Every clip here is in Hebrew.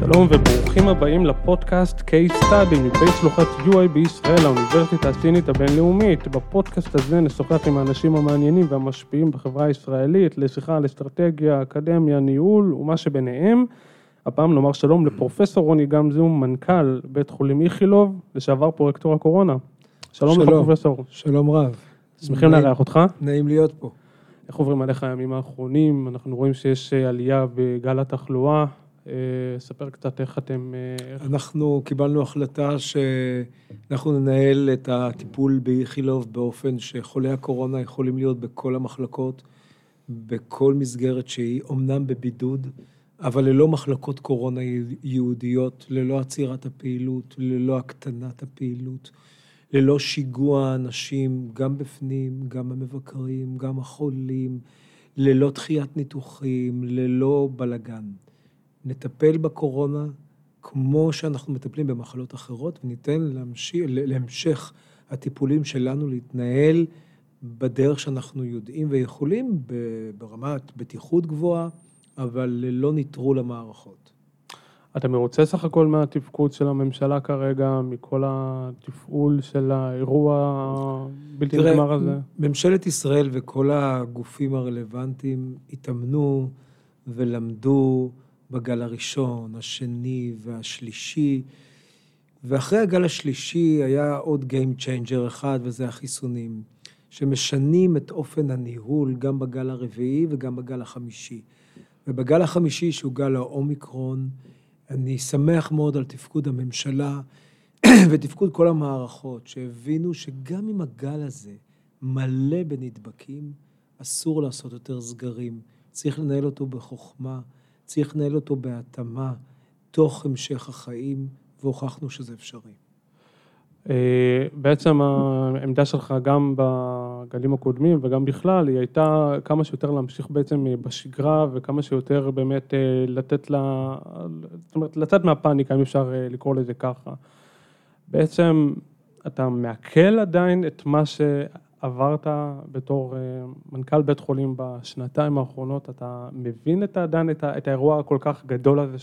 שלום וברוכים הבאים לפודקאסט Case Study מבית שלוחת UI בישראל, האוניברסיטה הסינית הבינלאומית. בפודקאסט הזה נשוחח עם האנשים המעניינים והמשפיעים בחברה הישראלית, לשיחה על אסטרטגיה, אקדמיה, ניהול ומה שביניהם. הפעם נאמר שלום לפרופסור רוני גמזו, מנכ"ל בית חולים איכילוב, לשעבר פרויקטור הקורונה. שלום לך פרופסור. שלום רב. שמחים לארח אותך. נעים להיות פה. איך עוברים עליך הימים האחרונים? אנחנו רואים שיש עלייה בגל התחלואה. ספר קצת איך אתם... אנחנו קיבלנו החלטה שאנחנו ננהל את הטיפול באיכילוב באופן שחולי הקורונה יכולים להיות בכל המחלקות, בכל מסגרת שהיא, אומנם בבידוד, אבל ללא מחלקות קורונה יהודיות, ללא עצירת הפעילות, ללא הקטנת הפעילות, ללא שיגוע האנשים, גם בפנים, גם המבקרים, גם החולים, ללא דחיית ניתוחים, ללא בלגן. נטפל בקורונה כמו שאנחנו מטפלים במחלות אחרות, וניתן להמשך הטיפולים שלנו להתנהל בדרך שאנחנו יודעים ויכולים, ברמת בטיחות גבוהה, אבל ללא נטרול המערכות. אתה מרוצה סך הכל מהתפקוד של הממשלה כרגע, מכל התפעול של האירוע בלתי נגמר הזה? ממשלת ישראל וכל הגופים הרלוונטיים התאמנו ולמדו בגל הראשון, השני והשלישי, ואחרי הגל השלישי היה עוד Game Changer אחד, וזה החיסונים, שמשנים את אופן הניהול גם בגל הרביעי וגם בגל החמישי. ובגל החמישי, שהוא גל האומיקרון, אני שמח מאוד על תפקוד הממשלה ותפקוד כל המערכות, שהבינו שגם אם הגל הזה מלא בנדבקים, אסור לעשות יותר סגרים. צריך לנהל אותו בחוכמה, צריך לנהל אותו בהתאמה, תוך המשך החיים, והוכחנו שזה אפשרי. בעצם העמדה שלך גם בגלים הקודמים וגם בכלל, היא הייתה כמה שיותר להמשיך בעצם בשגרה, וכמה שיותר באמת לתת לה, זאת אומרת, לצאת מהפאניקה, אם אפשר לקרוא לזה ככה. בעצם אתה מעכל עדיין את מה שעברת בתור מנכ"ל בית חולים בשנתיים האחרונות, אתה מבין עדיין את האירוע הכל כך גדול הזה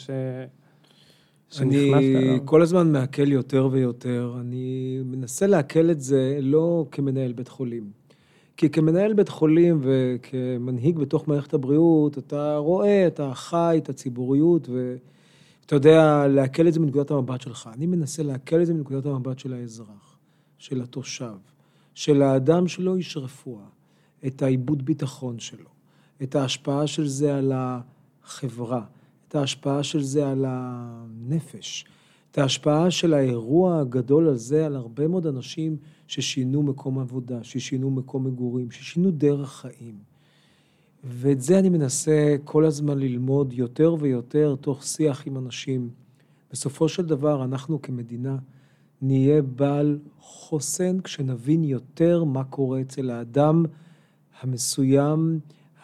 אני כל הזמן מעכל יותר ויותר, אני מנסה לעכל את זה לא כמנהל בית חולים, כי כמנהל בית חולים וכמנהיג בתוך מערכת הבריאות, אתה רואה, אתה חי את הציבוריות ואתה יודע לעכל את זה מנקודת המבט שלך. אני מנסה לעכל את זה מנקודת המבט של האזרח, של התושב, של האדם שלו איש רפואה, את העיבוד ביטחון שלו, את ההשפעה של זה על החברה, את ההשפעה של זה על הנפש, את ההשפעה של האירוע הגדול הזה על הרבה מאוד אנשים ששינו מקום עבודה, ששינו מקום מגורים, ששינו דרך חיים. ואת זה אני מנסה כל הזמן ללמוד יותר ויותר תוך שיח עם אנשים. בסופו של דבר אנחנו כמדינה נהיה בעל חוסן כשנבין יותר מה קורה אצל האדם המסוים,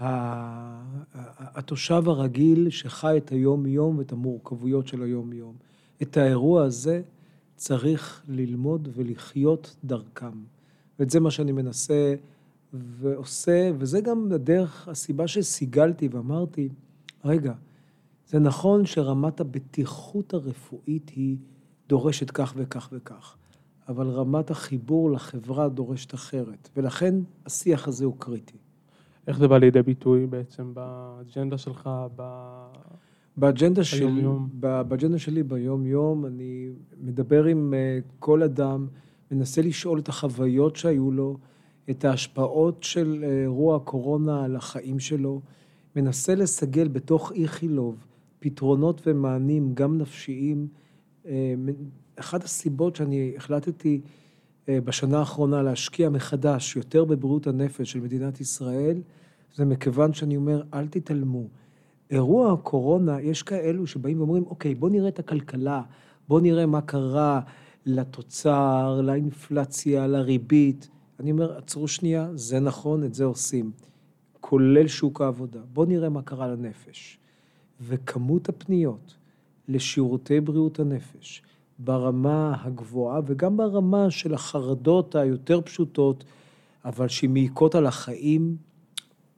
התושב הרגיל שחי את היום-יום ואת המורכבויות של היום-יום. את האירוע הזה צריך ללמוד ולחיות דרכם. ואת זה מה שאני מנסה ועושה, וזה גם הדרך, הסיבה שסיגלתי ואמרתי, רגע, זה נכון שרמת הבטיחות הרפואית היא דורשת כך וכך וכך, אבל רמת החיבור לחברה דורשת אחרת, ולכן השיח הזה הוא קריטי. איך זה בא לידי ביטוי בעצם באג'נדה שלך, באג'נדה שלי ביום-יום, אני מדבר עם כל אדם, מנסה לשאול את החוויות שהיו לו, את ההשפעות של אירוע הקורונה על החיים שלו, מנסה לסגל בתוך איכילוב פתרונות ומענים גם נפשיים. אחת הסיבות שאני החלטתי בשנה האחרונה להשקיע מחדש יותר בבריאות הנפש של מדינת ישראל, זה מכיוון שאני אומר, אל תתעלמו. אירוע הקורונה, יש כאלו שבאים ואומרים, אוקיי, בוא נראה את הכלכלה, בוא נראה מה קרה לתוצר, לאינפלציה, לריבית. אני אומר, עצרו שנייה, זה נכון, את זה עושים. כולל שוק העבודה. בוא נראה מה קרה לנפש. וכמות הפניות לשירותי בריאות הנפש, ברמה הגבוהה וגם ברמה של החרדות היותר פשוטות, אבל שמעיקות על החיים,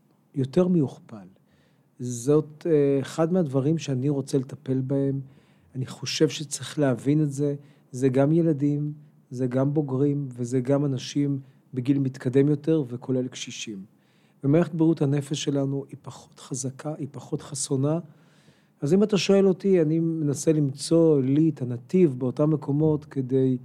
יותר מיוכפל. זאת אחד מהדברים שאני רוצה לטפל בהם. אני חושב שצריך להבין את זה, זה גם ילדים, זה גם בוגרים, וזה גם אנשים בגיל מתקדם יותר, וכולל קשישים. ומערכת בריאות הנפש שלנו היא פחות חזקה, היא פחות חסונה, אז אם אתה שואל אותי, אני מנסה למצוא לי את הנתיב באותם מקומות, כדי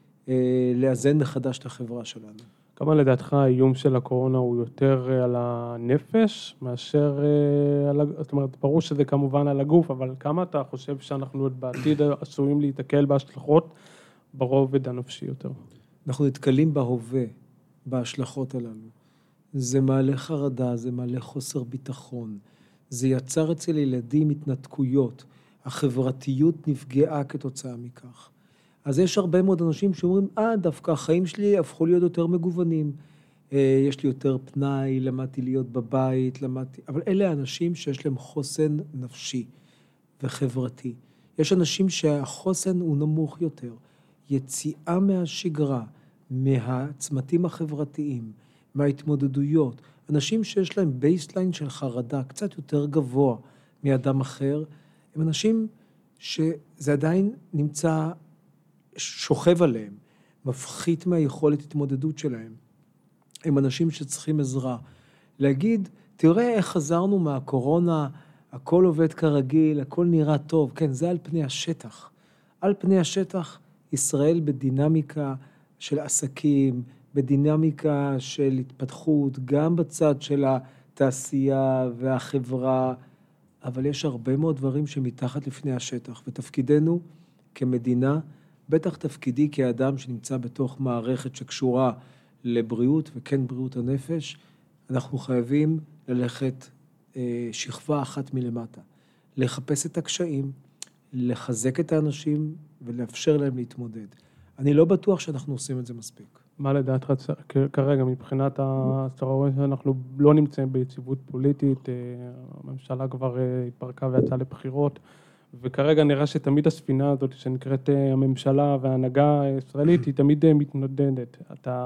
לאזן מחדש את החברה שלנו. כמה לדעתך האיום של הקורונה הוא יותר על הנפש, מאשר, זאת אומרת, ברור שזה כמובן על הגוף, אבל כמה אתה חושב שאנחנו עוד בעתיד עשויים להתקל בהשלכות ברובד הנפשי יותר? אנחנו נתקלים בהווה, בהשלכות הללו. זה מעלה חרדה, זה מעלה חוסר ביטחון, זה יצר אצל ילדים התנתקויות, החברתיות נפגעה כתוצאה מכך. אז יש הרבה מאוד אנשים שאומרים, דווקא החיים שלי הפכו להיות יותר מגוונים, יש לי יותר פנאי, למדתי להיות בבית, אבל אלה האנשים שיש להם חוסן נפשי וחברתי. יש אנשים שהחוסן הוא נמוך יותר, יציאה מהשגרה, מהצמתים החברתיים, מההתמודדויות, אנשים שיש להם בייסליין של חרדה קצת יותר גבוה מאדם אחר, הם אנשים שזה עדיין נמצא שוכב עליהם, מפחית מהיכולת התמודדות שלהם. הם אנשים שצריכים עזרה. להגיד, תראה איך חזרנו מהקורונה, הכל עובד כרגיל, הכל נראה טוב. כן, זה על פני השטח. על פני השטח, ישראל בדינמיקה של עסקים, בדינמיקה של התפתחות, גם בצד של התעשייה והחברה, אבל יש הרבה מאוד דברים שמתחת לפני השטח, ותפקידנו כמדינה, בטח תפקידי כאדם שנמצא בתוך מערכת שקשורה לבריאות, וכן בריאות הנפש, אנחנו חייבים ללכת שכבה אחת מלמטה, לחפש את הקשיים, לחזק את האנשים ולאפשר להם להתמודד. אני לא בטוח שאנחנו עושים את זה מספיק. מה לדעתך כרגע מבחינת הסטרואיד שאנחנו לא נמצאים ביציבות פוליטית, הממשלה כבר התפרקה ויצאה לבחירות, וכרגע נראה שתמיד הספינה הזאת שנקראת הממשלה וההנהגה הישראלית היא תמיד מתנודדת.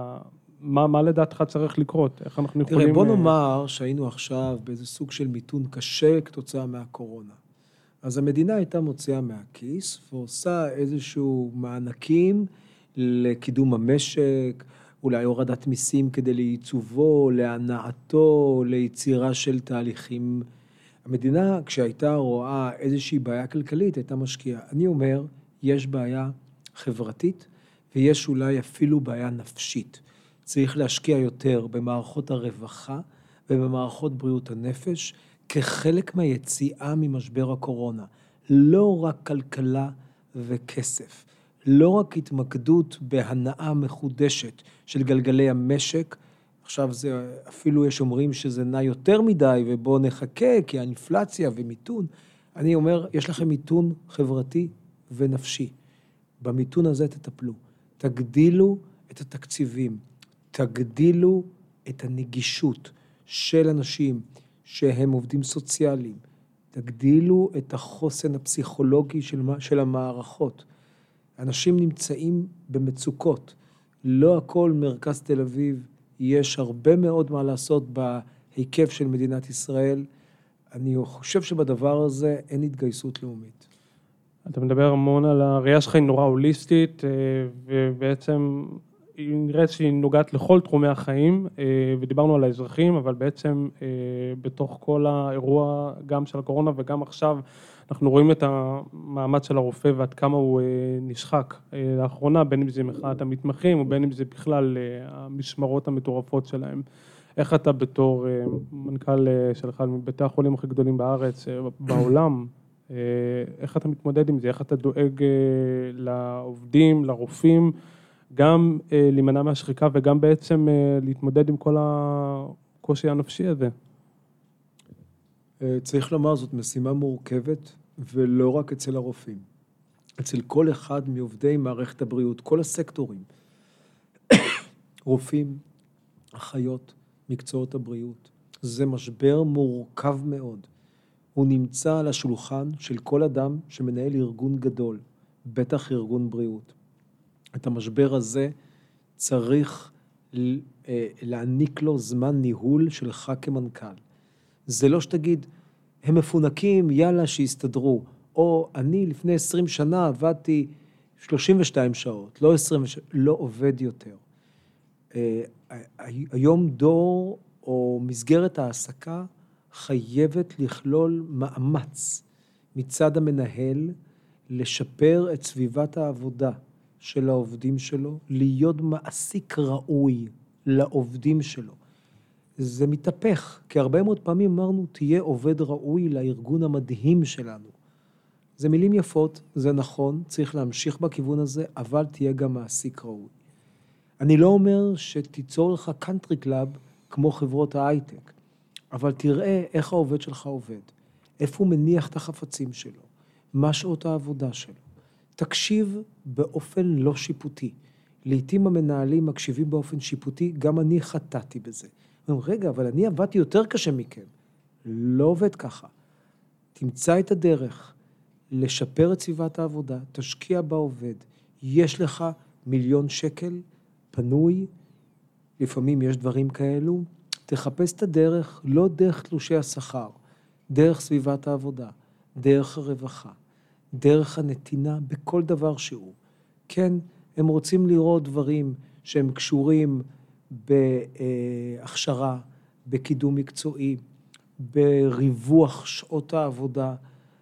מה לדעתך צריך לקרות? איך אנחנו יכולים... תראה, בוא נאמר שהיינו עכשיו באיזה סוג של מיתון קשה כתוצאה מהקורונה. אז המדינה הייתה מוציאה מהכיס ועושה איזשהו מענקים לקידום המשק, אולי הורדת מיסים כדי לעיצובו, להנעתו, ליצירה של תהליכים. המדינה, כשהייתה רואה איזושהי בעיה כלכלית, הייתה משקיעה. אני אומר, יש בעיה חברתית, ויש אולי אפילו בעיה נפשית. צריך להשקיע יותר במערכות הרווחה, ובמערכות בריאות הנפש, כחלק מהיציאה ממשבר הקורונה. לא רק כלכלה וכסף. לא רק התמקדות בהנאה מחודשת של גלגלי המשק, עכשיו זה, אפילו יש אומרים שזה נע יותר מדי, ובואו נחכה, כי האינפלציה ומיתון. אני אומר, יש לכם מיתון חברתי ונפשי. במיתון הזה תטפלו. תגדילו את התקציבים, תגדילו את הנגישות של אנשים שהם עובדים סוציאליים, תגדילו את החוסן הפסיכולוגי של המערכות. אנשים נמצאים במצוקות, לא הכל מרכז תל אביב, יש הרבה מאוד מה לעשות בהיקף של מדינת ישראל. אני חושב שבדבר הזה אין התגייסות לאומית. אתה מדבר המון על הראייה שלך היא נורא הוליסטית, ובעצם היא נראית שהיא נוגעת לכל תחומי החיים, ודיברנו על האזרחים, אבל בעצם בתוך כל האירוע, גם של הקורונה וגם עכשיו, אנחנו רואים את המעמד של הרופא ועד כמה הוא נשחק לאחרונה, בין אם זה מחאת המתמחים, או בין אם זה בכלל המשמרות המטורפות שלהם. איך אתה בתור מנכ"ל של אחד מבתי החולים הכי גדולים בארץ, בעולם, איך אתה מתמודד עם זה? איך אתה דואג לעובדים, לרופאים, גם להימנע מהשחיקה וגם בעצם להתמודד עם כל הקושי הנפשי הזה? צריך לומר, זאת משימה מורכבת, ולא רק אצל הרופאים. אצל כל אחד מעובדי מערכת הבריאות, כל הסקטורים, רופאים, אחיות, מקצועות הבריאות. זה משבר מורכב מאוד. הוא נמצא על השולחן של כל אדם שמנהל ארגון גדול, בטח ארגון בריאות. את המשבר הזה צריך להעניק לו זמן ניהול שלך כמנכ"ל. זה לא שתגיד, הם מפונקים, יאללה, שיסתדרו. או אני לפני 20 שנה עבדתי 32 שעות, לא 20 שעות, לא עובד יותר. היום דור או מסגרת העסקה חייבת לכלול מאמץ מצד המנהל לשפר את סביבת העבודה של העובדים שלו, להיות מעסיק ראוי לעובדים שלו. זה מתהפך, כי הרבה מאוד פעמים אמרנו, תהיה עובד ראוי לארגון המדהים שלנו. זה מילים יפות, זה נכון, צריך להמשיך בכיוון הזה, אבל תהיה גם מעסיק ראוי. אני לא אומר שתיצור לך קאנטרי קלאב כמו חברות ההייטק, אבל תראה איך העובד שלך עובד, איפה הוא מניח את החפצים שלו, מה שעות העבודה שלו. תקשיב באופן לא שיפוטי. לעתים המנהלים מקשיבים באופן שיפוטי, גם אני חטאתי בזה. אומרים, רגע, אבל אני עבדתי יותר קשה מכם. לא עובד ככה. תמצא את הדרך לשפר את סביבת העבודה, תשקיע בעובד. יש לך 1,000,000 שקל פנוי, לפעמים יש דברים כאלו, תחפש את הדרך, לא דרך תלושי השכר, דרך סביבת העבודה, דרך הרווחה, דרך הנתינה בכל דבר שהוא. כן, הם רוצים לראות דברים שהם קשורים בהכשרה, בקידום מקצועי, בריווח שעות העבודה,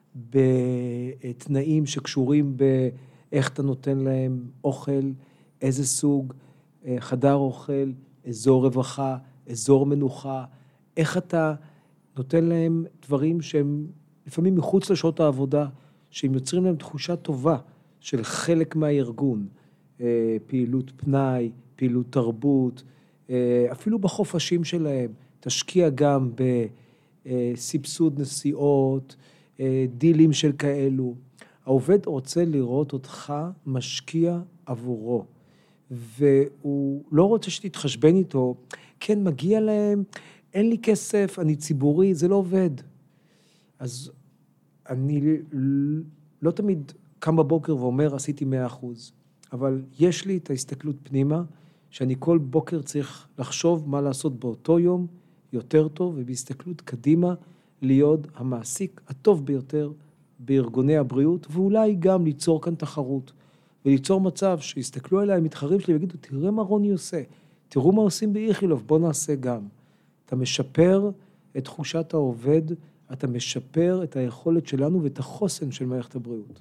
בתנאים שקשורים באיך אתה נותן להם אוכל, איזה סוג, חדר אוכל, אזור רווחה, אזור מנוחה, איך אתה נותן להם דברים שהם לפעמים מחוץ לשעות העבודה, שהם יוצרים להם תחושה טובה של חלק מהארגון, פעילות פנאי, פעילות תרבות, אפילו בחופשים שלהם, תשקיע גם בסבסוד נסיעות, דילים של כאלו. העובד רוצה לראות אותך משקיע עבורו, והוא לא רוצה שתתחשבן איתו, כן מגיע להם, אין לי כסף, אני ציבורי, זה לא עובד. אז אני לא תמיד קם בבוקר ואומר, עשיתי 100%, אבל יש לי את ההסתכלות פנימה, שאני כל בוקר צריך לחשוב מה לעשות באותו יום יותר טוב, ובהסתכלות קדימה להיות המעסיק הטוב ביותר בארגוני הבריאות, ואולי גם ליצור כאן תחרות, וליצור מצב שיסתכלו עליי המתחרים שלי ויגידו, תראה מה רוני עושה, תראו מה עושים באיכילוב, בוא נעשה גם. אתה משפר את תחושת העובד, אתה משפר את היכולת שלנו ואת החוסן של מערכת הבריאות.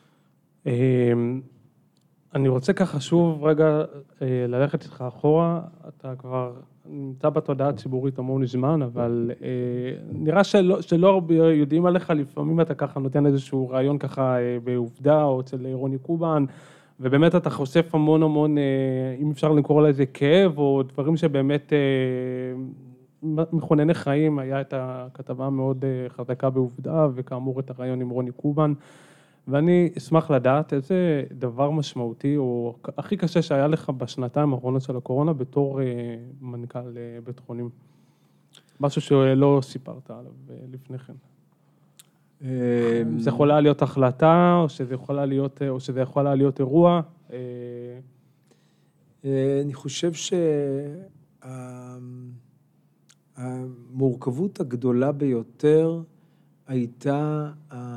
אני רוצה ככה שוב רגע ללכת איתך אחורה, אתה כבר נמצא בתודעה הציבורית המון זמן, אבל נראה שלא הרבה יודעים עליך, לפעמים אתה ככה נותן איזשהו רעיון ככה בעובדה או אצל רוני קובן, ובאמת אתה חושף המון, אם אפשר לקרוא לזה כאב, או דברים שבאמת מכונני חיים, היה את הכתבה מאוד חזקה בעובדה, וכאמור את הרעיון עם רוני קובן, ואני אשמח לדעת איזה דבר משמעותי, או הכי קשה שהיה לך בשנתיים האחרונות של הקורונה, בתור מנכ"ל בית חולים. משהו שלא סיפרת עליו לפני כן. זה יכולה להיות החלטה, או שזה יכולה להיות אירוע. אני חושב שהמורכבות הגדולה ביותר הייתה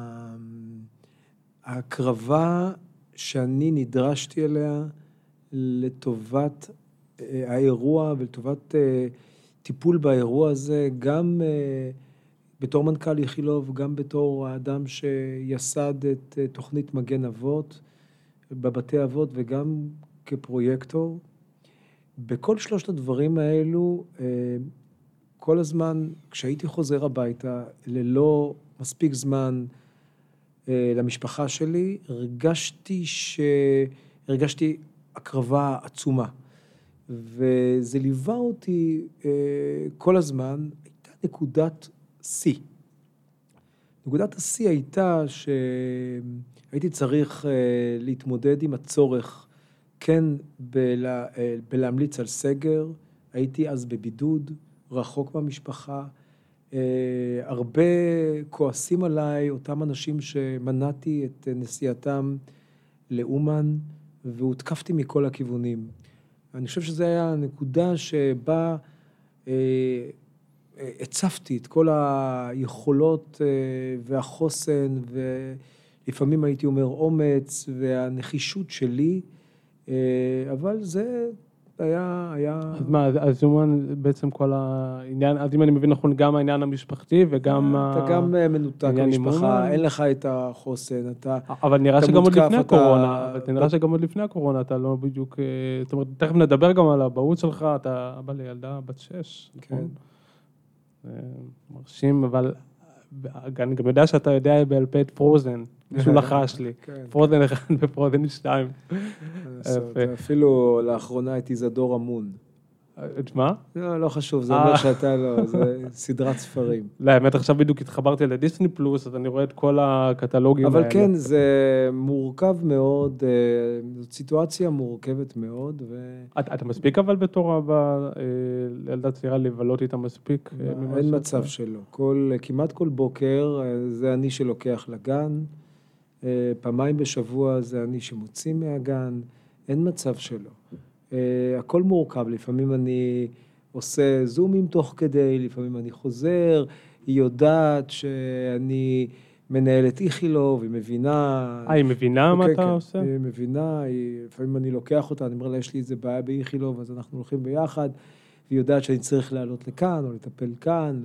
ההקרבה שאני נדרשתי אליה לטובת האירוע ולטובת טיפול באירוע הזה, גם בתור מנכ"ל איכילוב, גם בתור האדם שיסד את תוכנית מגן אבות בבתי אבות וגם כפרויקטור. בכל שלושת הדברים האלו, כל הזמן כשהייתי חוזר הביתה ללא מספיק זמן למשפחה שלי, הרגשתי הקרבה עצומה. וזה ליווה אותי כל הזמן, הייתה נקודת C. נקודת ה-C הייתה שהייתי צריך להתמודד עם הצורך, כן, בלהמליץ על סגר, הייתי אז בבידוד, רחוק מהמשפחה, הרבה כועסים עליי, אותם אנשים שמנעתי את נסיעתם לאומן, והותקפתי מכל הכיוונים. אני חושב שזה היה הנקודה שבה הצפתי את כל היכולות והחוסן, ולפעמים הייתי אומר אומץ, והנחישות שלי, אבל זה היה... אז מה, אז בעצם כל העניין, אז אם אני מבין נכון, גם העניין המשפחתי וגם... אתה גם מנותק במשפחה, אין לך את החוסן, אתה... אבל נראה שגם עוד לפני הקורונה, נראה שגם עוד לפני הקורונה, אתה לא בדיוק... זאת אומרת, תכף נדבר גם על הבאות שלך, אתה אבא לילדה בת 6. כן. מרשים, אבל אני גם יודע שאתה יודע בעל פה את פרוזן, מישהו לחש לי. פרוזן 1 ופרוזן 2. אפילו לאחרונה הייתי זדור אמון. את מה? לא חשוב, זה אומר שאתה לא, זה סדרת ספרים. לא, האמת עכשיו בדיוק התחברתי לדיסני פלוס, אז אני רואה את כל הקטלוגים האלה. אבל כן, זה מורכב מאוד, זאת סיטואציה מורכבת מאוד. אתה מספיק אבל בתור אבא, ילדה צעירה לבלות איתה מספיק? אין מצב שלא. כמעט כל בוקר זה אני שלוקח לגן, פעמיים בשבוע זה אני שמוציא מהגן, אין מצב שלא. הכל מורכב, לפעמים אני עושה זומים תוך כדי, לפעמים אני חוזר, היא יודעת שאני מנהל את איכילוב, היא מבינה... היא מבינה מה אתה עושה? היא מבינה, לפעמים אני לוקח אותה, אני אומר לה, יש לי איזה בעיה באיכילוב, אז אנחנו הולכים ביחד, והיא יודעת שאני צריך לעלות לכאן או לטפל כאן,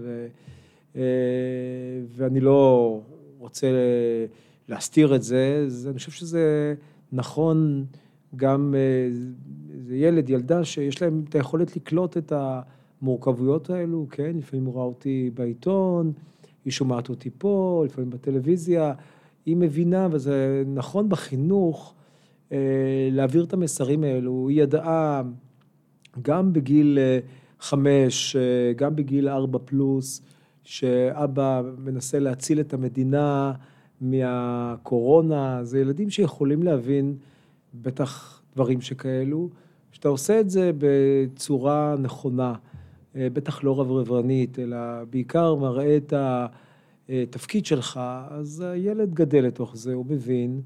ואני לא רוצה להסתיר את זה, אני חושב שזה נכון גם... זה ילד, ילדה שיש להם את היכולת לקלוט את המורכבויות האלו, כן? לפעמים הוא ראה אותי בעיתון, היא שומעת אותי פה, לפעמים בטלוויזיה, היא מבינה, וזה נכון בחינוך, להעביר את המסרים האלו. היא ידעה גם בגיל 5, גם בגיל 4 פלוס, שאבא מנסה להציל את המדינה מהקורונה. זה ילדים שיכולים להבין בטח דברים שכאלו, שאתה עושה את זה בצורה נכונה, בטח לא רברבנית, אלא בעיקר מראה את התפקיד שלך, אז הילד גדל לתוך זה, הוא מבין,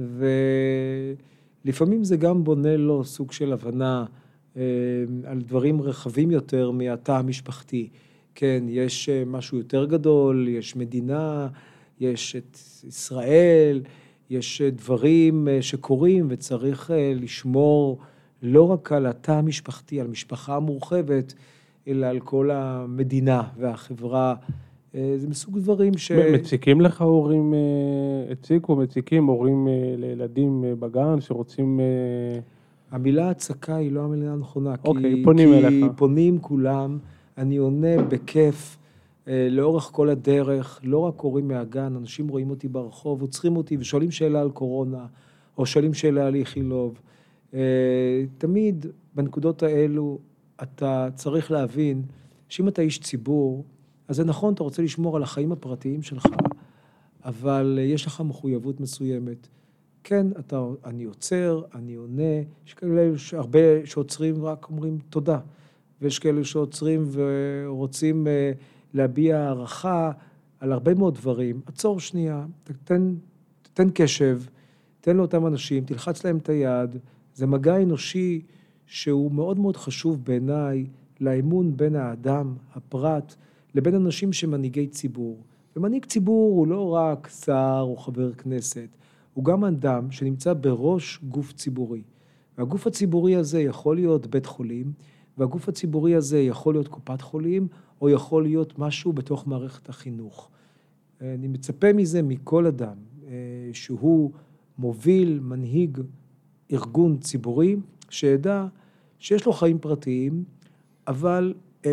ולפעמים זה גם בונה לו סוג של הבנה על דברים רחבים יותר מהתא המשפחתי. כן, יש משהו יותר גדול, יש מדינה, יש את ישראל, יש דברים שקורים וצריך לשמור לא רק על התא המשפחתי, על משפחה המורחבת, אלא על כל המדינה והחברה. זה מסוג דברים מציקים לך הורים, מציקים הורים לילדים בגן שרוצים... המילה הצקה היא לא המילה הנכונה. אוקיי, פונים אליך. כי פונים כולם, אני עונה בכיף, לאורך כל הדרך, לא רק הורים מהגן, אנשים רואים אותי ברחוב, עוצרים אותי ושואלים שאלה על קורונה, או שואלים שאלה על איכילוב. תמיד בנקודות האלו אתה צריך להבין שאם אתה איש ציבור, אז זה נכון, אתה רוצה לשמור על החיים הפרטיים שלך, אבל יש לך מחויבות מסוימת. כן, אני עוצר, אני עונה, יש כאלה הרבה שעוצרים רק אומרים תודה, ויש כאלה שעוצרים ורוצים להביע הערכה על הרבה מאוד דברים. עצור שנייה, תן קשב, תן לאותם אנשים, תלחץ להם את היד, זה מגע אנושי שהוא מאוד מאוד חשוב בעיניי לאמון בין האדם, הפרט, לבין אנשים שמנהיגי ציבור. ומנהיג ציבור הוא לא רק שר או חבר כנסת, הוא גם אדם שנמצא בראש גוף ציבורי. והגוף הציבורי הזה יכול להיות בית חולים, והגוף הציבורי הזה יכול להיות קופת חולים, או יכול להיות משהו בתוך מערכת החינוך. אני מצפה מזה מכל אדם, שהוא מוביל, מנהיג ארגון ציבורי, שידע שיש לו חיים פרטיים, אבל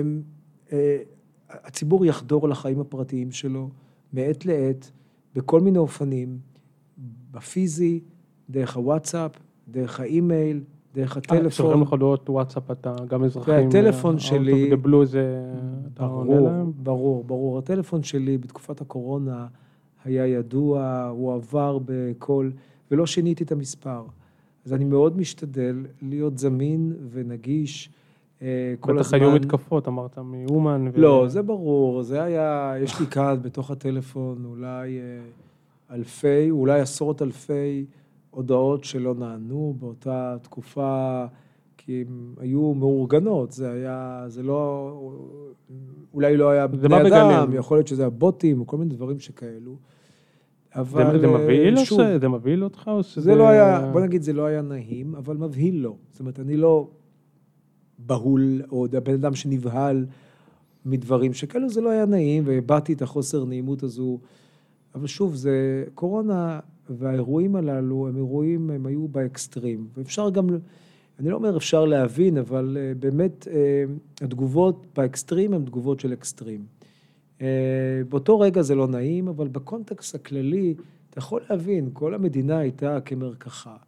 הציבור יחדור לחיים הפרטיים שלו, מעת לעת, בכל מיני אופנים, בפיזי, דרך הוואטסאפ, דרך האימייל, דרך הטלפון. שולחים לך הודעות וואטסאפ, אתה גם אזרחים. והטלפון שלי... אתה עונה להם? ברור. הטלפון שלי בתקופת הקורונה היה ידוע, הוא עבר בכל, ולא שיניתי את המספר. אז אני מאוד משתדל להיות זמין ונגיש כל הזמן. בטח היו מתקפות, אמרת, מאומן. לא, זה ברור. זה היה, יש לי כאן בתוך הטלפון אולי אלפי, אולי עשרות אלפי הודעות שלא נענו באותה תקופה, כי הן היו מאורגנות. זה לא אולי לא היה בני אדם, יכול להיות שזה הבוטים, או כל מיני דברים שכאלו. אבל זה מבהיל שוב, זה מבהיל אותך או שזה... זה לא היה, בוא נגיד, זה לא היה נעים, אבל מבהיל לא. זאת אומרת, אני לא בהול, או בן אדם שנבהל מדברים שכאלו, זה לא היה נעים, והבאתי את החוסר נעימות הזו. אבל שוב, זה קורונה, והאירועים הללו, הם אירועים, הם היו באקסטרים. ואפשר גם, אני לא אומר אפשר להבין, אבל באמת התגובות באקסטרים הן תגובות של אקסטרים. באותו רגע זה לא נעים, אבל בקונטקסט הכללי, אתה יכול להבין, כל המדינה הייתה כמרקחה.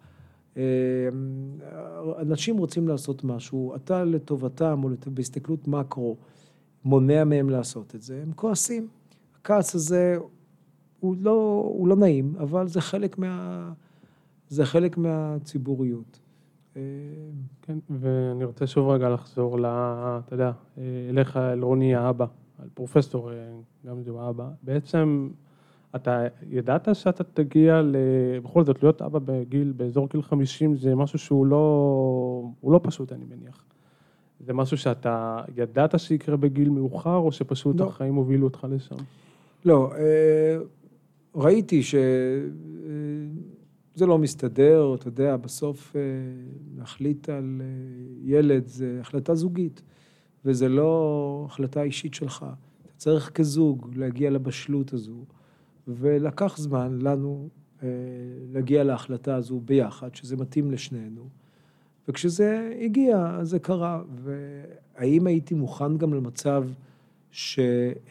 אנשים רוצים לעשות משהו, אתה לטובתם או בהסתכלות מקרו, מונע מהם לעשות את זה, הם כועסים. הכעס הזה הוא לא נעים, אבל זה חלק מהציבוריות. כן, ואני רוצה שוב רגע לחזור אתה יודע, אליך, אל רוני האבא, על פרופסור, גם זה האבא. בעצם, אתה ידעת שאתה תגיע בכל זאת, להיות אבא באזור גיל 50, זה משהו שהוא לא פשוט, אני מניח. זה משהו שאתה ידעת שיקרה בגיל מאוחר, או שפשוט החיים הובילו אותך לשם? לא, ראיתי שזה לא מסתדר, אתה יודע, בסוף להחליט על ילד, זה החלטה זוגית, וזה לא החלטה אישית שלך. אתה צריך כזוג להגיע לבשלות הזו, ולקח זמן לנו להגיע להחלטה הזו ביחד, שזה מתאים לשנינו. וכשזה הגיע, זה קרה. והאם הייתי מוכן גם למצב שלא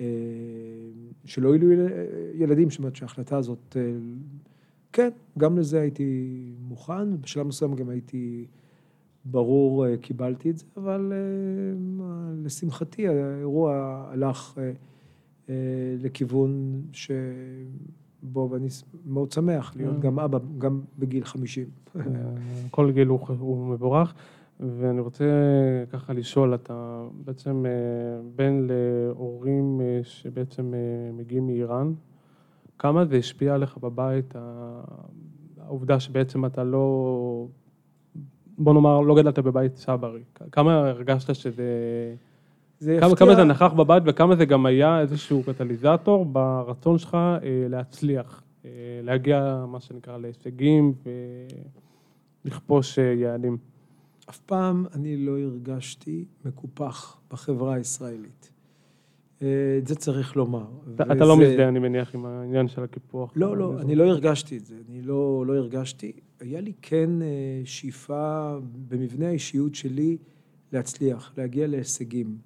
יהיו ילדים, זאת אומרת שההחלטה הזאת, כן, גם לזה הייתי מוכן, בשלב מסוים גם הייתי ברור, קיבלתי את זה, אבל לשמחתי האירוע הלך לכיוון שבו אני מאוד שמח להיות גם אבא, גם בגיל 50. כל גיל הוא מבורך, ואני רוצה ככה לשאול, אתה בעצם בן להורים שבעצם מגיעים מאיראן, כמה זה השפיע עליך בבית, העובדה שבעצם אתה לא, בוא נאמר, לא גדלת בבית סברי, כמה הרגשת שזה, כמה זה נכח בבית וכמה זה גם היה איזשהו קטליזטור ברצון שלך להצליח, להגיע מה שנקרא להישגים ולכפוש יעדים? אף פעם אני לא הרגשתי מקופח בחברה הישראלית. את זה צריך לומר. אתה לא מזדהה, אני מניח, עם העניין של הקיפוח. לא, אני לא הרגשתי את זה. אני לא הרגשתי. היה לי כן שאיפה במבנה האישיות שלי להצליח, להגיע להישגים.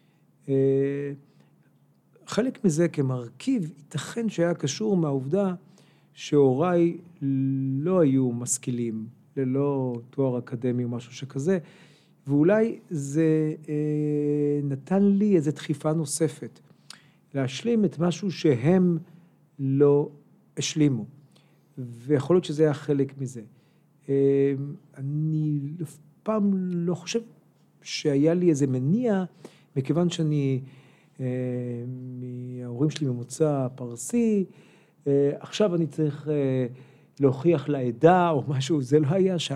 חלק מזה כמרכיב ייתכן שהיה קשור מהעובדה שהוריי לא היו משכילים, ללא תואר אקדמי או משהו שכזה, ואולי זה נתן לי איזו דחיפה נוספת, להשלים את משהו שהם לא השלימו, ויכול להיות שזה היה חלק מזה. אני פעם לא חושב שהיה לי איזה מניע, מכיוון שאני, מההורים שלי ממוצא פרסי, עכשיו אני צריך להוכיח לעדה או משהו, זה לא היה שם.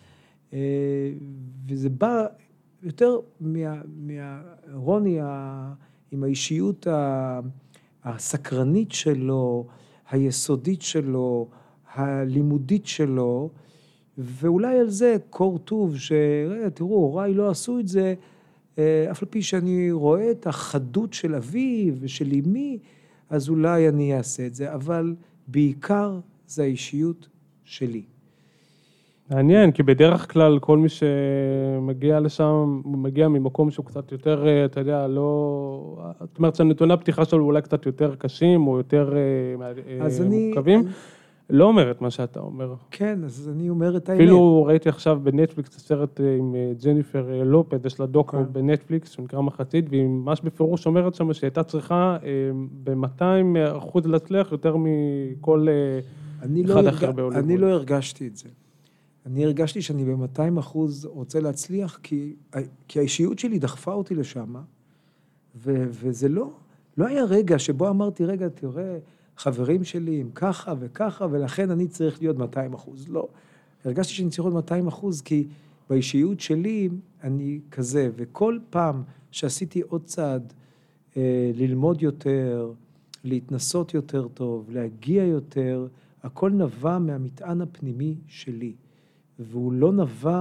וזה בא יותר מהרוני, עם האישיות הסקרנית שלו, היסודית שלו, הלימודית שלו, ואולי על זה קור טוב, תראו, הוריי לא עשו את זה, אף על פי שאני רואה את החדות של אבי ושל אמי, אז אולי אני אעשה את זה, אבל בעיקר זה האישיות שלי. מעניין, כי בדרך כלל כל מי שמגיע לשם, הוא מגיע ממקום שהוא קצת יותר, אתה יודע, לא... זאת אומרת שהנתוני הפתיחה שלו אולי קצת יותר קשים, או יותר מורכבים. לא אומר את מה שאתה אומר. כן, אז אני אומר את האמת. אפילו ראיתי עכשיו בנטפליקס, הסרט עם ג'ניפר לופז, יש לה דוקו בנטפליקס, שנקרא מחצית, והיא ממש בפירוש אומרת שם שהייתה צריכה ב-200% להצליח יותר מכל אחד אחר בהוליווד. אני לא הרגשתי את זה. אני הרגשתי שאני ב-200% רוצה להצליח, כי האישיות שלי דחפה אותי לשם, וזה לא היה רגע שבו אמרתי, רגע, תראה, חברים שלי הם ככה וככה, ולכן אני צריך להיות 200%. לא. הרגשתי שאני צריך להיות 200%, כי באישיות שלי אני כזה, וכל פעם שעשיתי עוד צעד ללמוד יותר, להתנסות יותר טוב, להגיע יותר, הכל נבע מהמטען הפנימי שלי, והוא לא נבע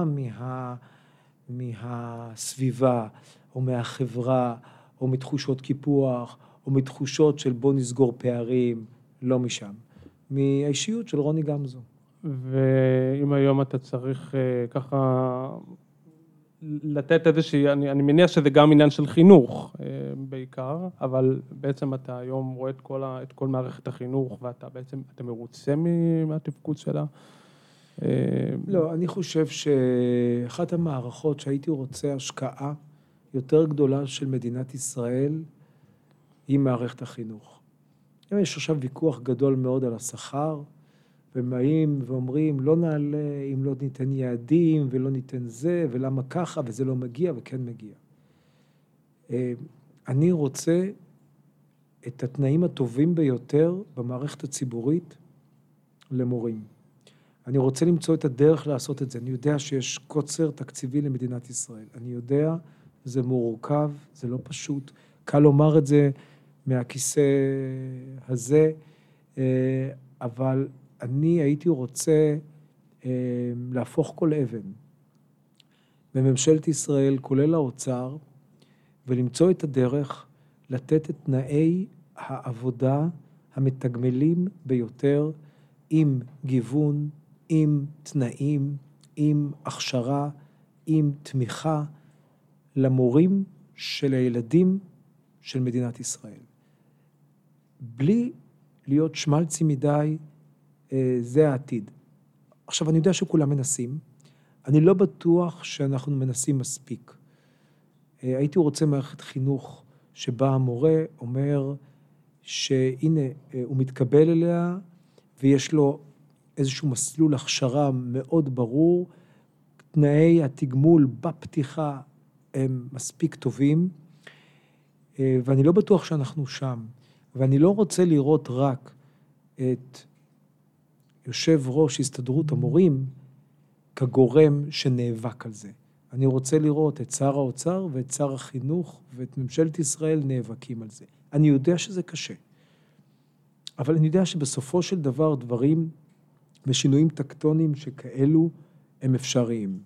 מהסביבה, או מהחברה, או מתחושות קיפוח, או מתחושות של בוא נסגור פערים, לא משם. מהאישיות של רוני גמזו. ואם היום אתה צריך ככה לתת איזושהי, אני מניח שזה גם עניין של חינוך בעיקר, אבל בעצם אתה היום רואה את כל מערכת החינוך, ואתה בעצם, אתה מרוצה מהתפקוד שלה? לא, אני חושב שאחת המערכות שהייתי רוצה השקעה יותר גדולה של מדינת ישראל, היא מערכת החינוך. יש עכשיו ויכוח גדול מאוד על השכר, ובאים ואומרים, לא נעלה אם לא ניתן יעדים, ולא ניתן זה, ולמה ככה, וזה לא מגיע, וכן מגיע. אני רוצה את התנאים הטובים ביותר במערכת הציבורית למורים. אני רוצה למצוא את הדרך לעשות את זה. אני יודע שיש קוצר תקציבי למדינת ישראל. אני יודע, זה מורכב, זה לא פשוט. קל לומר את זה מהכיסא הזה, אבל אני הייתי רוצה להפוך כל אבן בממשלת ישראל, כולל האוצר, ולמצוא את הדרך לתת את תנאי העבודה המתגמלים ביותר, עם גיוון, עם תנאים, עם הכשרה, עם תמיכה למורים של הילדים של מדינת ישראל. בלי להיות שמלצי מדי, זה העתיד. עכשיו, אני יודע שכולם מנסים, אני לא בטוח שאנחנו מנסים מספיק. הייתי רוצה מערכת חינוך שבה המורה אומר שהנה הוא מתקבל אליה ויש לו איזשהו מסלול הכשרה מאוד ברור, תנאי התגמול בפתיחה הם מספיק טובים, ואני לא בטוח שאנחנו שם, ואני לא רוצה לראות רק את יושב ראש הסתדרות המורים כגורם שנאבק על זה. אני רוצה לראות את שר האוצר ואת שר החינוך ואת ממשלת ישראל נאבקים על זה. אני יודע שזה קשה, אבל אני יודע שבסופו של דבר דברים ושינויים טקטוניים שכאלו הם אפשריים.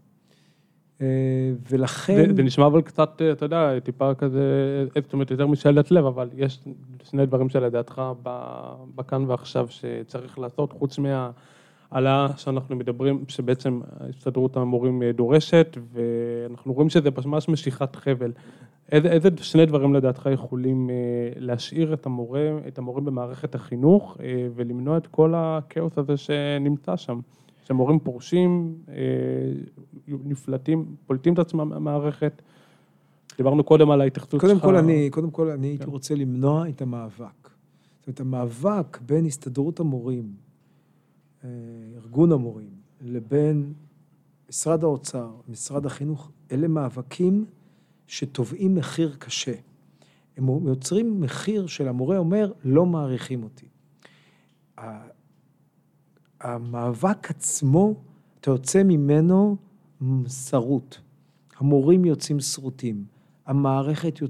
ולכן... זה נשמע אבל קצת, אתה יודע, טיפה כזה, זאת אומרת, יותר משאלת לב, אבל יש שני דברים שלדעתך בכאן ועכשיו שצריך לעשות, חוץ מהעלה שאנחנו מדברים, שבעצם הסתדרות המורים דורשת, ואנחנו רואים שזה ממש משיכת חבל. איזה שני דברים לדעתך יכולים להשאיר את המורים במערכת החינוך, ולמנוע את כל הכאוס הזה שנמצא שם? שמורים פורשים, נפלטים, פולטים את עצמם מהמערכת. דיברנו קודם על ההתייחסות שלך. קודם כל אני הייתי רוצה למנוע את המאבק. זאת אומרת, המאבק בין הסתדרות המורים, ארגון המורים, לבין משרד האוצר, משרד החינוך, אלה מאבקים שתובעים מחיר קשה. הם יוצרים מחיר של המורה אומר, לא מעריכים אותי. המאבק עצמו, אתה יוצא ממנו שרות. המורים יוצאים שרוטים. המערכת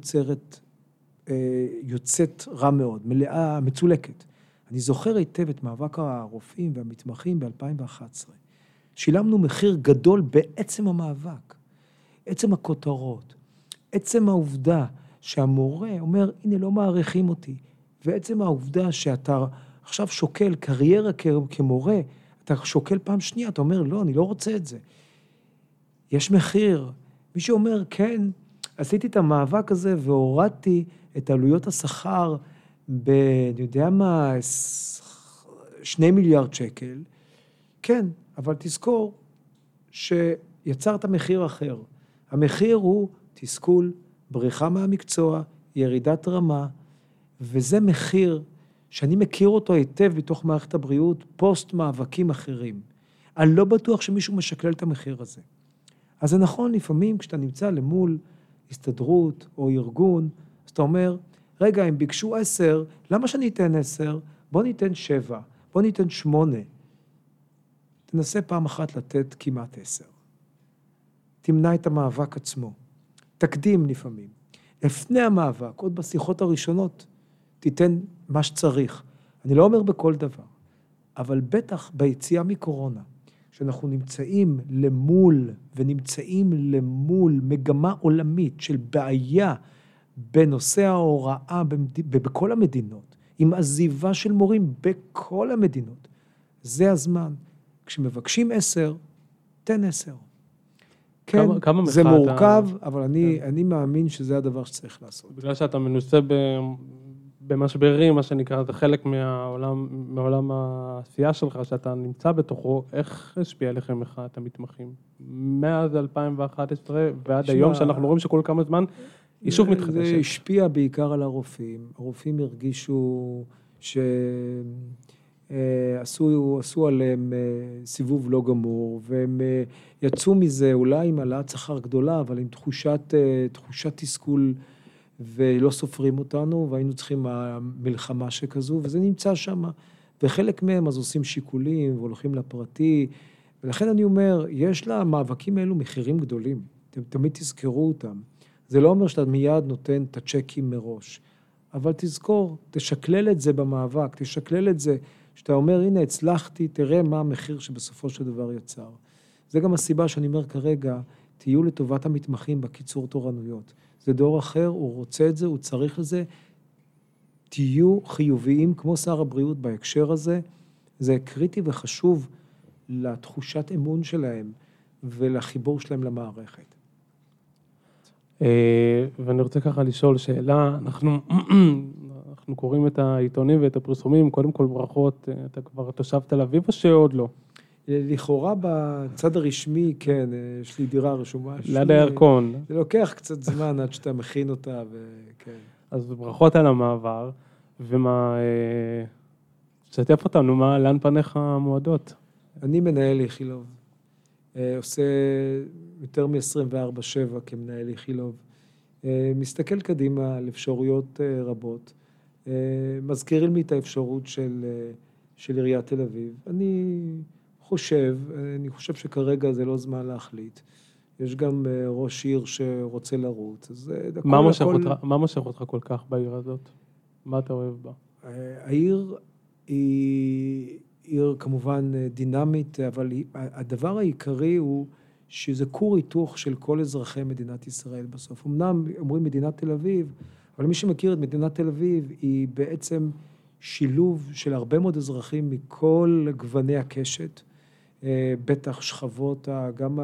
יוצאת רע מאוד, מלאה, מצולקת. אני זוכר היטב את מאבק הרופאים והמתמחים ב-2011. שילמנו מחיר גדול בעצם המאבק. עצם הכותרות. עצם העובדה שהמורה אומר, הנה לא מעריכים אותי. ועצם העובדה שאתה... עכשיו שוקל קריירה כמורה, אתה שוקל פעם שנייה, אתה אומר, לא, אני לא רוצה את זה. יש מחיר. מי שאומר, כן, עשיתי את המאבק הזה והורדתי את עלויות השכר אני יודע מה, 2 מיליארד שקל, כן, אבל תזכור שיצרת מחיר אחר. המחיר הוא תסכול, בריחה מהמקצוע, ירידת רמה, וזה מחיר שאני מכיר אותו היטב בתוך מערכת הבריאות, פוסט מאבקים אחרים. אני לא בטוח שמישהו משקלל את המחיר הזה. אז זה נכון, לפעמים כשאתה נמצא למול הסתדרות או ארגון, אז אתה אומר, רגע, הם ביקשו 10, למה שאני אתן 10? בוא ניתן 7, בוא ניתן 8. תנסה פעם אחת לתת כמעט 10. תמנע את המאבק עצמו. תקדים לפעמים. לפני המאבק, עוד בשיחות הראשונות, תיתן מה שצריך. אני לא אומר בכל דבר, אבל בטח ביציאה מקורונה, שאנחנו נמצאים למול מגמה עולמית של בעיה בנושא ההוראה בכל המדינות, עם עזיבה של מורים בכל המדינות. זה הזמן. כשמבקשים 10, תן 10. כן, זה מורכב, אבל אני מאמין שזה הדבר שצריך לעשות. בגלל שאתה מנוסה במשברים, מה שנקרא, זה חלק מעולם העשייה שלך, שאתה נמצא בתוכו, איך השפיע עליכם מחאת המתמחים? מאז 2011 ועד היום, שאנחנו רואים שכל כמה זמן היא שוב מתחדשת. זה השפיע בעיקר על הרופאים. הרופאים הרגישו עשו עליהם סיבוב לא גמור, והם יצאו מזה אולי עם העלאת שכר גדולה, אבל עם תחושת תסכול, ולא סופרים אותנו, והיינו צריכים מלחמה שכזו, וזה נמצא שם. וחלק מהם אז עושים שיקולים, והולכים לפרטי, ולכן אני אומר, יש למאבקים האלו מחירים גדולים, אתם תמיד תזכרו אותם. זה לא אומר שאתה מיד נותן את הצ'קים מראש, אבל תזכור, תשקלל את זה במאבק, תשקלל את זה, שאתה אומר, הנה, הצלחתי, תראה מה המחיר שבסופו של דבר יצר. זה גם הסיבה שאני אומר כרגע, תהיו לטובת המתמחים בקיצור תורנויות. זה דור אחר, הוא רוצה את זה, הוא צריך את זה. תהיו חיוביים כמו שר הבריאות בהקשר הזה. זה קריטי וחשוב לתחושת אמון שלהם ולחיבור שלהם למערכת. ואני רוצה ככה לשאול שאלה, אנחנו קוראים את העיתונים ואת הפרסומים, קודם כל ברכות, אתה כבר תושב תל אביב או שעוד לא? לכאורה בצד הרשמי, כן, יש לי דירה רשומה. ליד הירקון. זה לוקח קצת זמן עד שאתה מכין אותה, וכן. אז ברכות על המעבר, ומה, שתף אותנו, לאן פניך המועדות? אני מנהל איכילוב, עושה יותר מ-24/7 כמנהל איכילוב, מסתכל קדימה על אפשרויות רבות, מזכירים לי את האפשרות של עיריית תל אביב. אני חושב שכרגע זה לא זמן להחליט. יש גם ראש עיר שרוצה לרוץ. מה מושך אותך כל כך בעיר הזאת? מה אתה אוהב בה? העיר היא עיר כמובן דינמית, אבל הדבר העיקרי הוא שזה כור היתוך של כל אזרחי מדינת ישראל בסוף. אמנם אומרים מדינת תל אביב, אבל מי שמכיר את מדינת תל אביב היא בעצם שילוב של הרבה מאוד אזרחים מכל גווני הקשת, בטח גם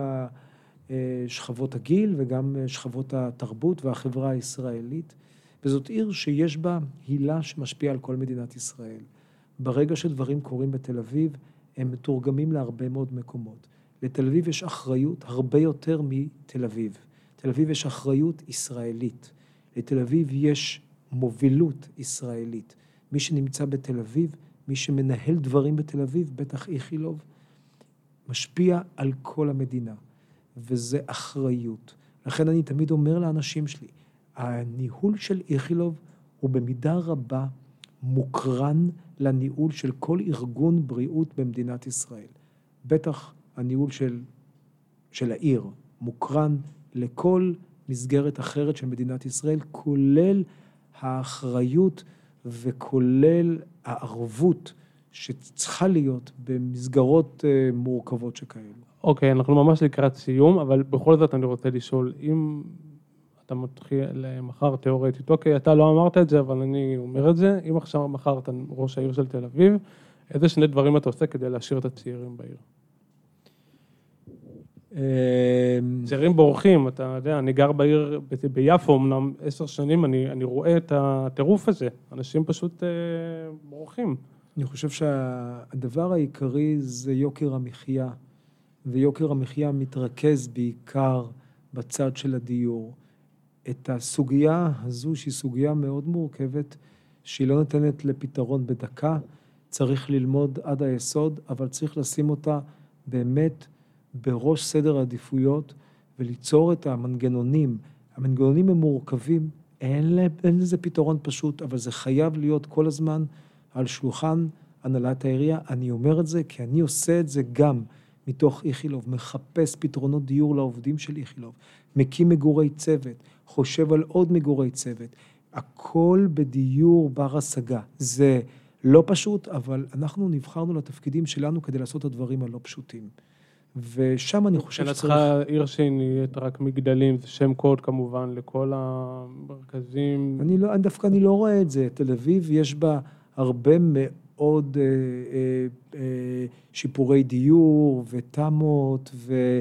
שכבות הגיל וגם שכבות התרבות והחברה הישראלית, וזאת עיר שיש בה הילה שמשפיעה על כל מדינת ישראל. ברגע שדברים קורים בתל אביב, הם מתורגמים להרבה מאוד מקומות. לתל אביב יש אחריות הרבה יותר מתל אביב. תל אביב יש אחריות ישראלית. לתל אביב יש מובילות ישראלית. מי שנמצא בתל אביב, מי שמנהל דברים בתל אביב, בטח איכילוב, משפיע על כל המדינה, וזה אחריות. לכן אני תמיד אומר לאנשים שלי, הניהול של איכילוב הוא במידה רבה מוקרן לניהול של כל ארגון בריאות במדינת ישראל. בטח הניהול של העיר מוקרן לכל מסגרת אחרת של מדינת ישראל, כולל האחריות וכולל הערבות שצריכה להיות במסגרות מורכבות שכאלו. אוקיי, אנחנו ממש לקראת סיום, אבל בכל זאת אני רוצה לשאול, אם אתה מתחיל מחר תיאורטית, אוקיי, אתה לא אמרת את זה, אבל אני אומר את זה, אם עכשיו מחר אתה ראש העיר של תל אביב, איזה שני דברים אתה עושה כדי להשאיר את הצעירים בעיר? צעירים בורחים, אתה יודע, אני גר בעיר, ביפו, אמנם 10 שנים, אני רואה את הטירוף הזה, אנשים פשוט בורחים. אני חושב שהדבר העיקרי זה יוקר המחיה, ויוקר המחיה מתרכז בעיקר בצד של הדיור. את הסוגיה הזו, שהיא סוגיה מאוד מורכבת, שהיא לא נותנת לפתרון בדקה, צריך ללמוד עד היסוד, אבל צריך לשים אותה באמת בראש סדר העדיפויות, וליצור את המנגנונים. המנגנונים הם מורכבים, אין לזה פתרון פשוט, אבל זה חייב להיות כל הזמן על שולחן הנהלת העירייה. אני אומר את זה כי אני עושה את זה גם מתוך איכילוב, מחפש פתרונות דיור לעובדים של איכילוב, מקים מגורי צוות, חושב על עוד מגורי צוות. הכל בדיור בר השגה. זה לא פשוט, אבל אנחנו נבחרנו לתפקידים שלנו כדי לעשות את הדברים הלא פשוטים. ושם אני חושב שצריך... עיר שנהיית רק מגדלים, זה שם קוד כמובן לכל המרכזים. אני לא רואה את זה. תל אביב יש בה הרבה מאוד שיפורי דיור ותמות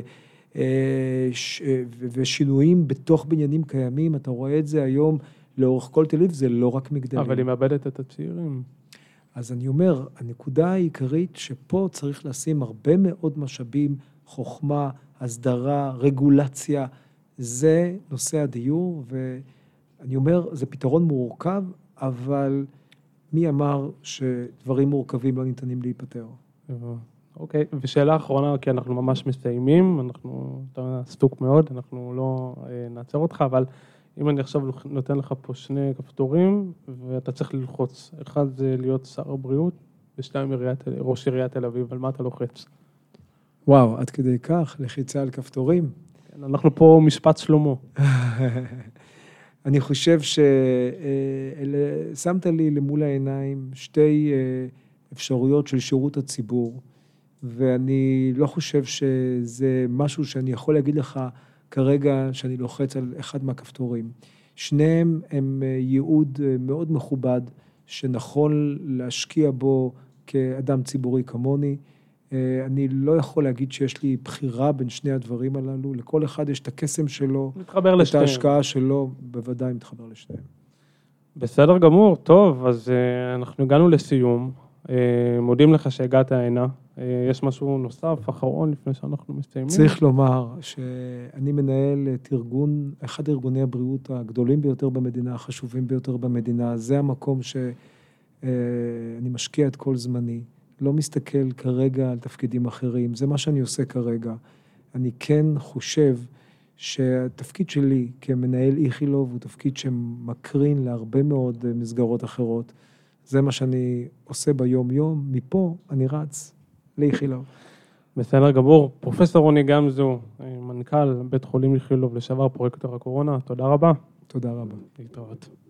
ושינויים בתוך בניינים קיימים. אתה רואה את זה היום לאורך כל תל אביב, זה לא רק מגדלים. אבל היא מאבדת את הצעירים. אז אני אומר, הנקודה העיקרית שפה צריך לשים הרבה מאוד משאבים, חוכמה, הסדרה, רגולציה, זה נושא הדיור, ואני אומר, זה פתרון מורכב, אבל מי אמר שדברים מורכבים לא ניתנים להיפטר? אוקיי, ושאלה אחרונה, כי אנחנו ממש מסיימים, אתה סטוק מאוד, אנחנו לא נעצר אותך, אבל אם אני עכשיו נותן לך פה שני כפתורים, ואתה צריך ללחוץ, אחד זה להיות שר הבריאות, ושתיים ראש עיריית תל אביב, על מה אתה לוחץ? וואו, עד כדי כך, לחיצה על כפתורים. כן, אנחנו פה משפט שלמה. אני חושב ששמת לי למול העיניים שתי אפשרויות של שירות הציבור, ואני לא חושב שזה משהו שאני יכול להגיד לך כרגע שאני לוחץ על אחד מהכפתורים. שניהם הם ייעוד מאוד מכובד, שנכון להשקיע בו כאדם ציבורי כמוני. אני לא יכול להגיד שיש לי בחירה בין שני הדברים הללו. לכל אחד יש את הקסם שלו, את ההשקעה שלו, בוודאי מתחבר לשניהם. בסדר גמור, טוב, אז אנחנו הגענו לסיום. מודים לך שהגעת הנה. יש משהו נוסף, אחרון, לפני שאנחנו מסיימים? צריך לומר שאני מנהל את אחד ארגוני הבריאות הגדולים ביותר במדינה, החשובים ביותר במדינה. זה המקום שאני משקיע את כל זמני. לא מסתכל כרגע על תפקידים אחרים. זה מה שאני עושה כרגע. אני כן חושב שהתפקיד שלי כמנהל איכילוב הוא תפקיד שמקרין להרבה מאוד מסגרות אחרות. זה מה שאני עושה ביום-יום. מפה אני רץ לאיכילוב. בסדר גמור. פרופסור רוני גמזו, מנכ"ל בית חולים איכילוב, לשעבר פרויקטור הקורונה. תודה רבה. תודה רבה. להתראות.